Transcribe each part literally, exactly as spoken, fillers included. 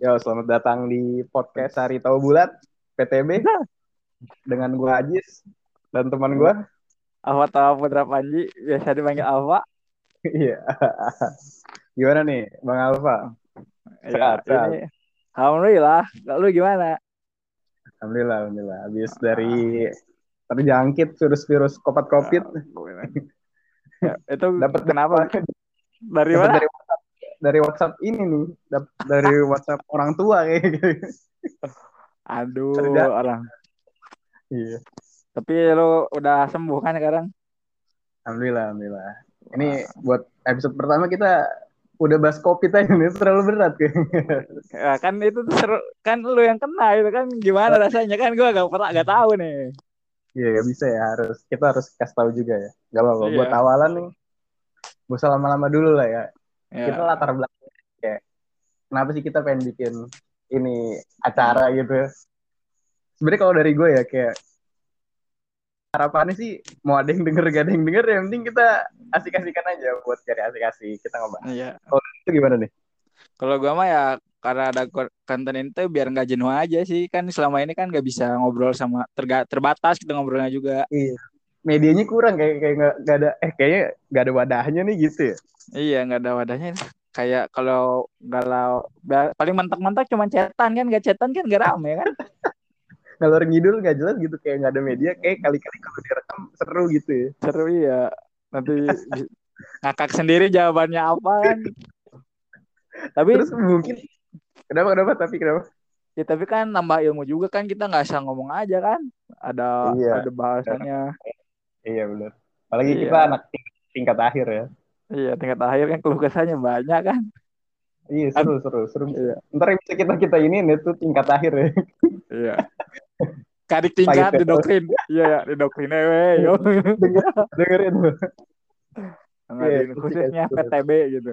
Yo, selamat datang di podcast Hari Tahu Bulat P T B dengan gua Ajis dan teman gua. Alfa Tawa Putra Panji, biasa dipanggil Alfa. Iya. Gimana nih, Bang Alfa? Ya, Sehat, ini sehat. alhamdulillah. Lalu gimana? Alhamdulillah, alhamdulillah. Habis dari Ah, terjangkit virus-virus COVID-COVID, ah, ya, itu dapat kenapa? Dari dapat mana? dari dari WhatsApp ini nih, dapat dari WhatsApp orang tua kayak gitu. Aduh, Terjangkit. orang. Iya. Tapi lu udah sembuh kan sekarang? Alhamdulillah, alhamdulillah. Ini Wah, buat episode pertama kita udah bahas COVID aja nih, terlalu berat kayaknya. ya, kan itu tuh seru. Kan lu yang kena itu kan gimana rasanya kan gua gak pernah gak tahu nih. Iya, yeah, bisa ya, harus kita harus kasih tahu juga ya. Gak apa-apa, buat Iya. awalan nih, gak usah lama-lama dulu lah ya. Kita Ya. latar belakang kayak, kenapa sih kita pengen bikin ini acara gitu. Sebenarnya kalau dari gue ya, kayak harapannya sih mau ada yang denger gak ada yang denger, yang penting kita asik-asikan aja buat cari asik-asik, kita ngebahas. Iya. Kalau itu gimana nih? Kalau gua mah ya karena ada ko- konten itu biar nggak jenuh aja sih kan selama ini kan nggak bisa ngobrol sama terga- terbatas kita ngobrolnya juga. Iya. Medianya kurang kayak kayak nggak nggak ada eh kayaknya nggak ada wadahnya nih gitu ya. Iya nggak ada wadahnya. Kayak kalau galau ba- paling mentok-mentok cuma cetan kan nggak cetan kan nggak rame kan. Ngalor ngidul nggak jelas gitu, kayak nggak ada media, kayak kali-kali kalau direkam seru gitu ya. Seru iya. Nanti bi- ngakak sendiri jawabannya apa kan. Tapi Terus mungkin kenapa kenapa tapi kenapa? ya tapi kan nambah ilmu juga kan kita nggak asal ngomong aja kan. Ada Iya. ada bahasannya. Iya benar. Apalagi kita Iya. anak ting- tingkat akhir ya. Iya tingkat akhir kan keluh kesahnya banyak kan. Iya Kan? seru seru seru. Iya. Ntar yang bisa kita kita ini itu tingkat akhir ya. Iya. Kadik Pahit tingkat ya. didoktrin. Iya ya, didoktrin ewe. Yo. Denger dengerin tuh. Iya Ngadain asik khususnya asik bener. P T B gitu.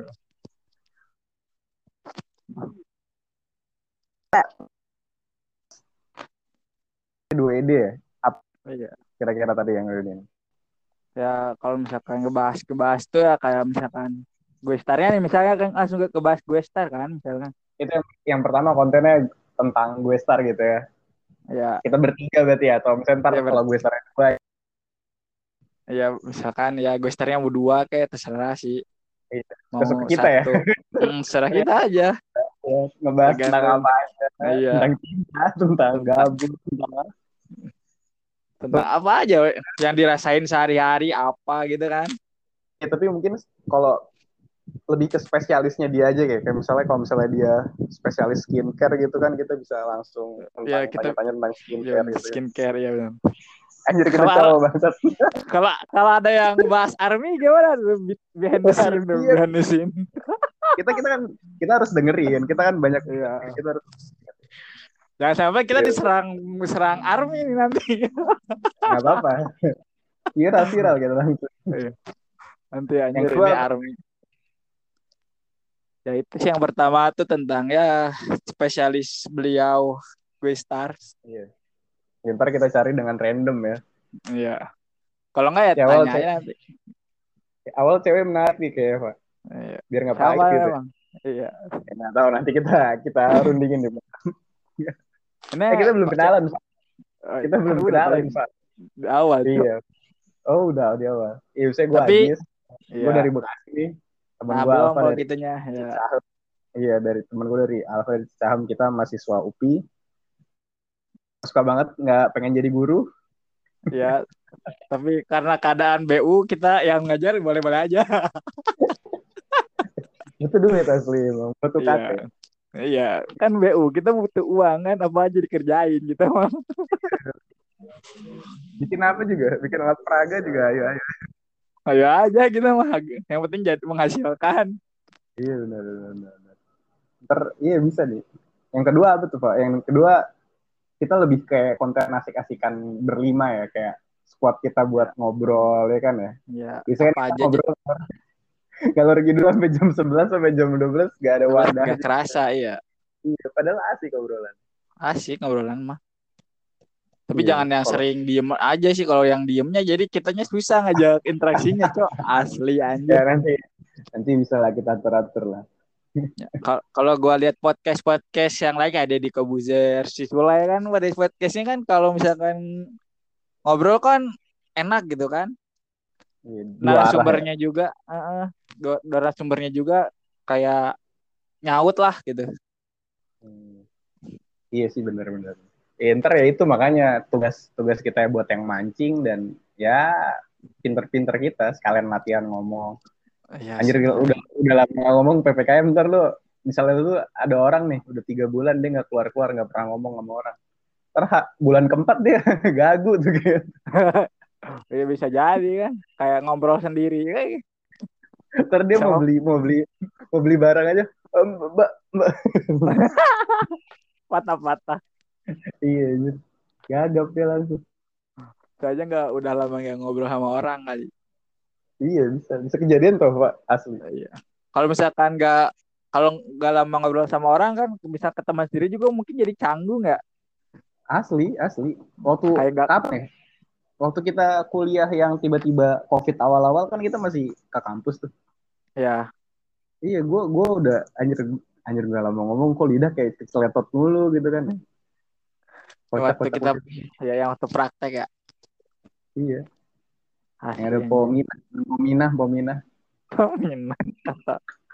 Dua ide ya. Apa Iya. kira-kira tadi yang ini? Ya kalau misalkan ngebahas ngebahas tuh ya kayak misalkan gue starnya nih misalnya kan langsung ke ngebahas gue star kan misalkan. Itu yang, yang pertama kontennya tentang gue star gitu ya. Ya Kita bertiga berarti ya. Atau misalnya ntar ya kalau ber, gue star dua ya misalkan ya gue starnya mau dua kayak terserah sih ya, mau suka kita ya. satu. Hmm, serah kita aja Ya, ngebahas tentang tergantung. apa aja, tentang Iya cinta, tentang tentang gabung, tentang apa. tentang apa aja we, yang dirasain sehari-hari apa gitu kan. Ya, tapi mungkin kalau lebih ke spesialisnya dia aja kayak, kayak misalnya kalau misalnya dia spesialis skincare gitu kan, kita bisa langsung Ya tentang kita tanya-tanya tentang ya skincare gitu kan. skincare ya benar. Anjir kita Kalau cowok bangsat. kalau kalau ada yang bahas army gimana tuh? Be- behind the scene tuh, Iya, behind the scene. kita kita kan kita harus dengerin, kita kan banyak Iya. kita harus Jangan sampai kita ya, diserang serang army ini nanti. nggak apa-apa. Viral viral gitu langsung. Iya. Nanti Yang anjir kedua ini apa? army. Ya itu sih yang pertama tuh tentang ya spesialis beliau gue stars. Iya. Ya, ntar kita cari dengan random ya. Iya. Kalau enggak ya Ya awal tanya aja cewek, nanti. awal cewek menarik nih kayak Pak. Iya. Biar nggak Sama pahit gitu. emang. Iya. Ya, nggak tahu nanti kita kita rundingin deh. Ini Eh kita belum kocak. kenalan, Pak. Oh, Kita kan belum udah kenalan, tadi Pak. di awal tuh. Iya. Oh udah di awal. Iya saya gue Tapi Ajis. Gue dari iya. Bekasi nih. Temen Nah gue belum Alfa kok dari gitunya ya. Cicahem. Iya dari temen gue dari Alfa dari Cicahem. Kita mahasiswa U P I. Suka banget nggak pengen jadi guru. Ya, tapi karena keadaan B U kita yang ngajar boleh-boleh aja. Itu duit asli emang. Butuh Iya. K T. Iya, kan B U kita butuh uang kan apa aja dikerjain gitu mah. Bikin apa juga. Bikin alat peraga juga. Ayo ayo. Ayo aja kita mah. Yang penting jadi menghasilkan. Iya benar benar. benar. Ntar iya bisa nih. Yang kedua apa tuh Pak? Yang kedua kita lebih kayak konten asik-asikan berlima ya, kayak squad kita buat ngobrol ya kan ya. Ya, Biasanya apa kita aja ngobrol kalau lagi dulu sampai jam sebelas sampai jam dua belas gak ada wadah. gak kerasa iya. Iya, padahal asik obrolan. Asik ngobrolan mah. Tapi Iya, jangan yang kalau sering diem aja sih kalau yang diemnya jadi kitanya susah ngajak interaksinya, Cok. Asli ya anjir. nanti nanti bisa lah kita atur-atur lah. Ya, Kalau kalau gua lihat podcast podcast yang lain kayak Deddy Kobuzer, si Sule kan pada podcastnya kan kalau misalkan ngobrol kan enak gitu kan. Iya, dua arah ya. Narasumbernya juga, uh, narasumbernya juga kayak nyaut lah gitu. Hmm. Iya sih benar-benar. Ya, ntar ya itu makanya tugas tugas kita ya buat yang mancing dan ya pinter-pinter kita sekalian latihan ngomong. Iya Anjir sih. gila, udah udah lama ngomong P P K M ntar lu misalnya lu ada orang nih udah tiga bulan dia nggak keluar-keluar nggak pernah ngomong sama orang. Ntar ha, bulan keempat dia gagu tuh gitu. Ya bisa jadi kan kayak ngobrol sendiri kayak Ntar dia mau sama beli mau beli mau beli barang aja. "Em, Mbak, mbak. patah-patah. Iya, anjir. Gagap dia langsung. Kayaknya nggak udah lama nggak ngobrol sama orang kali. Iya bisa bisa kejadian tuh Pak asli. Iya. Kalau misalkan nggak kalau nggak lama ngobrol sama orang kan bisa ke teman sendiri juga mungkin jadi canggung nggak? Asli asli. Waktu Kayak nggak kapan ya? Waktu kita kuliah yang tiba-tiba COVID awal-awal kan kita masih ke kampus tuh. ya Iya, gue gue udah anjir anjir gak lama ngomong kok lidah kayak keceletot mulu gitu kan. Kocak waktu kocak kita kocak. ya yang waktu praktek ya Iya, yang asli ada anjir. pominah, pominah, pominah. Minat kata.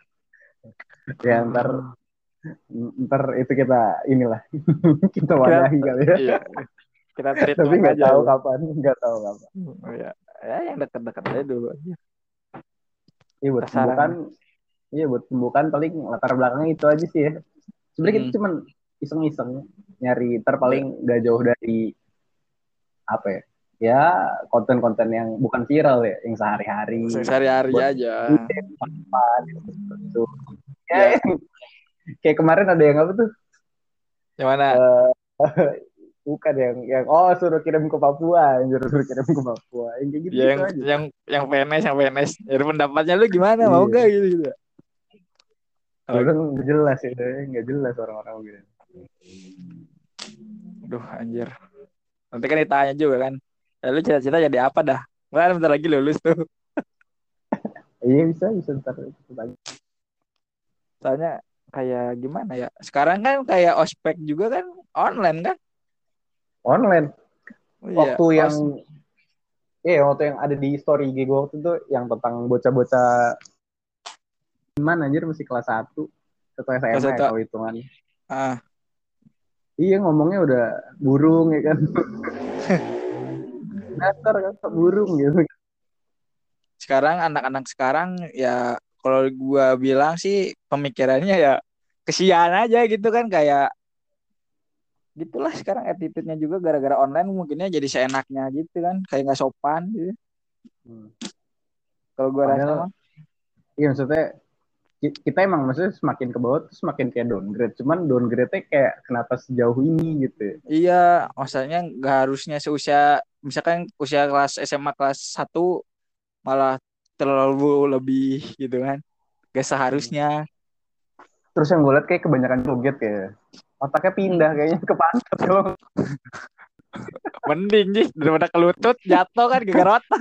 Ya ntar ntar itu kita inilah kita Kita wadahi kali ya. iya kita Tapi treatment nggak aja tahu ya. kapan, nggak tahu kapan. Ya, ya yang dekat-dekat aja dulu aja. Iya buat pembukaan, Sasaran. iya buat pembukaan paling latar belakangnya itu aja sih ya. Sebenarnya kita Mm. cuman iseng-iseng nyari, ntar paling Ya, nggak jauh dari apa ya? Ya konten-konten yang bukan viral ya, yang sehari-hari sehari-hari buat aja. ide apa gitu. Ya, Ya, ya, kayak kemarin ada yang apa tuh? yang mana? Eh, bukan yang yang oh suruh kirim ke Papua, yang suruh, suruh kirim ke Papua. Yang kayak Ya gitu-gitu yang aja. yang yang P N S, yang P N S. Jadi pendapatnya lu gimana? Mau Iya. gak gitu gitu. Gue Oh, bilang nggak jelas ya, nggak jelas orang-orang gitu. aduh anjir. Nanti kan ditanya juga kan. Ya, lu cita-cita jadi apa dah? Kan bentar lagi lulus tuh. Iya bisa bisa ntar ntar Soalnya kayak gimana ya? Sekarang kan kayak ospek juga kan online kan? online. Iya, Waktu yang os. eh waktu yang ada di story I G gue waktu itu yang tentang bocah-bocah mana anjir masih kelas satu atau Kelas S M A ya satu. kalau hitungan. Ah, Iya ngomongnya udah burung ya kan. Dasar kan burung gitu. sekarang anak-anak sekarang ya kalau gua bilang sih pemikirannya ya kesian aja gitu kan kayak gitulah sekarang attitude-nya juga gara-gara online mungkinnya jadi seenaknya gitu kan kayak nggak sopan gitu Hmm. kalau gua rasa Padahal mah iya maksudnya kita emang maksudnya semakin ke bawah tuh semakin kayak downgrade. Cuman downgrade-nya kayak kenapa sejauh ini gitu. iya maksudnya nggak harusnya seusia misalkan usia kelas S M A kelas satu malah terlalu lebih gitu kan gak seharusnya. Terus yang gue liat kayak kebanyakan joget kayak otaknya pindah Hmm, kayaknya ke pantat kalau mending sih daripada ke lutut jatuh kan gara otak.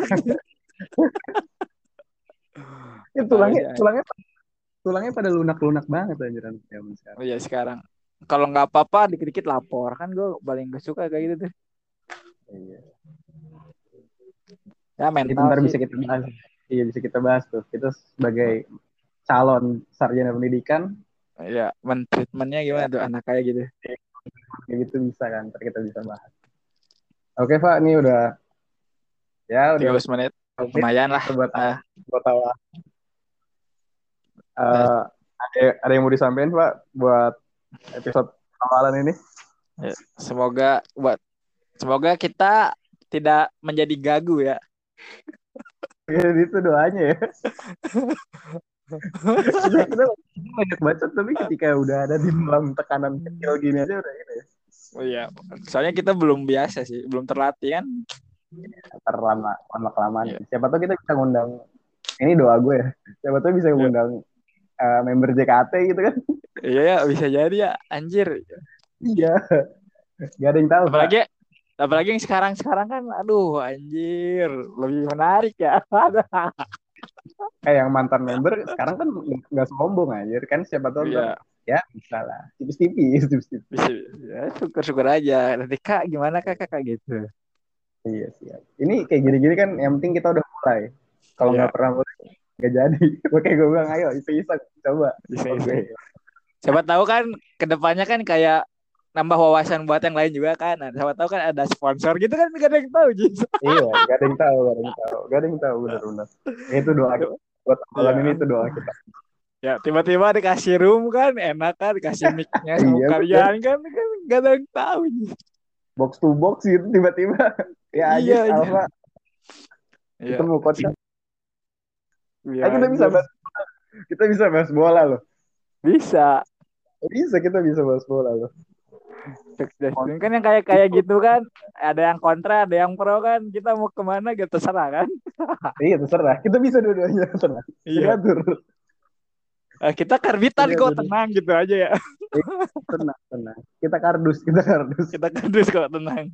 ya, Tahu tulangnya sih. tulangnya tulangnya pada lunak-lunak banget anjir zaman Oh sekarang. iya sekarang kalau nggak apa-apa dikit-dikit lapor kan gue paling gak suka kayak gitu tuh Iya. ya Itu mental ntar sih. bisa kita bahas. Iya bisa kita bahas tuh. Kita sebagai calon sarjana pendidikan Ya mentreatmentnya gimana ya tuh anak kayak gitu. kayak gitu bisa kan. Ntar kita bisa bahas. Oke Pak, ini udah ya udah tiga belas menit menit lumayan lah. buat Ah, buat tahu. udah. Uh, ada ada yang mau disampaikan Pak buat episode awalan ini? Ya, semoga buat semoga kita tidak menjadi gagu ya. Ya, itu doanya ya. kita kita banyak bacot tapi ketika udah ada di dalam tekanan kecil gini aja udah gitu ya. Oh iya, soalnya kita belum biasa sih, belum terlatih kan. Terlama lama kelamaan. Iya, Siapa tahu kita bisa ngundang ini doa gue ya. Siapa tahu bisa iya, ngundang uh, member J K T gitu kan. iya ya, bisa jadi ya, anjir. Iya, gak ada yang tahu Pak. Apalagi apalagi yang sekarang-sekarang kan, aduh, anjir, lebih menarik ya. kayak yang mantan member sekarang kan nggak sombong aja kan, siapa tahu ntar Iya, ya bisa lah tipis-tipis tipis-tipis. bisa. Ya, syukur-syukur aja. Nanti Kak, gimana Kak, Kakak gitu. Iya siap. Ini kayak gini-gini kan yang penting kita udah mulai. Kalau nggak Iya, pernah mulai nggak jadi. Makanya gue bilang ayo iseng-iseng coba. Oke. iseng-iseng. Siapa tahu kan kedepannya kan kayak nambah wawasan buat yang lain juga kan. Nah, siapa tahu kan ada sponsor gitu kan, gak ada yang tahu Jis. Iya, gak ada yang tahu, gak ada yang tahu, gak ada yang tahu benar-benar. Itu doa kita buat amalan ini, Iya. itu doa kita. Ya, tiba-tiba dikasih room kan, enak kan, dikasih mic-nya sama Iya benar. kalian kan, kan gak ada yang tahu. Jis. Box to box gitu tiba-tiba. Ya Ajis Iya, iya. Alfa Iya, ketemu coach. iya Ah, kita bisa anjir. bahas, kita bisa bahas bola loh. Bisa. Bisa kita bisa bahas bola loh. Suggestion kan yang kayak kayak gitu kan, ada yang kontra, ada yang pro kan, kita mau kemana gitu terserah kan. Iya terserah. Kita bisa dua-duanya tenang. Bisa Iya. diatur. Eh, kita Bisa karbitan kok, diatur. tenang gitu aja ya. Iya, tenang, tenang. Kita kardus, kita kardus. Kita kardus kok, tenang.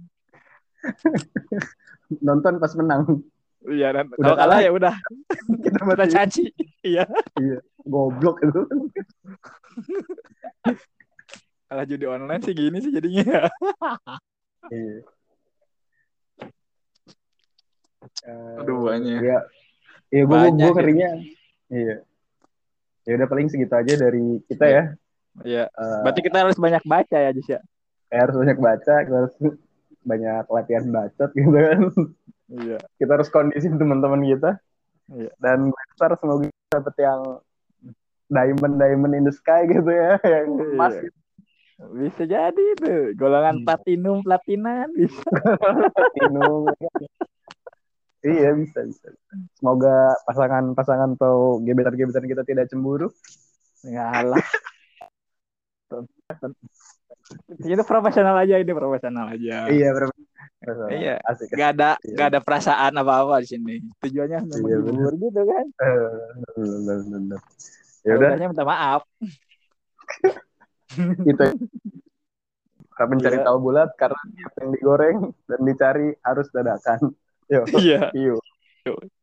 Nonton pas menang. Iya, dan Udah kalau kalah kalah ya udah kita kita mati. caci. Iya. Iya. Goblok itu. Kalau judi online sih gini sih jadinya. Iya. Uh, Aduh banyak. ya, ya gue Banyak gue ya. ngerinya. Iya. Ya udah paling segitu aja dari kita Iya. ya. Iya. Uh, Berarti kita harus banyak baca ya, Jis ya. harus banyak baca, kita harus banyak latihan bacot gitu kan. Iya. Kita harus kondisi teman-teman kita. Iya. Dan gue besar semoga kita dapet yang diamond diamond in the sky gitu ya, yang emas Iya. gitu. Bisa jadi itu golongan Hmm. platinum platinan bisa. Platinum. Iya bisa bisa. Semoga pasangan-pasangan atau gebetan-gebetan kita tidak cemburu. Ngalah. Itu profesional aja, ini profesional aja. Iya berapa? Iya. Asik. Gak ada Iya. gak ada perasaan apa-apa di sini. Tujuannya hanya Iya, menghibur gitu kan. Benar, benar. Ya Kalau udah, udahnya minta maaf. itu mencari Iya. tahu bulat karena yang digoreng dan dicari harus dadakan. Yo, Iya. yuk. Yuk.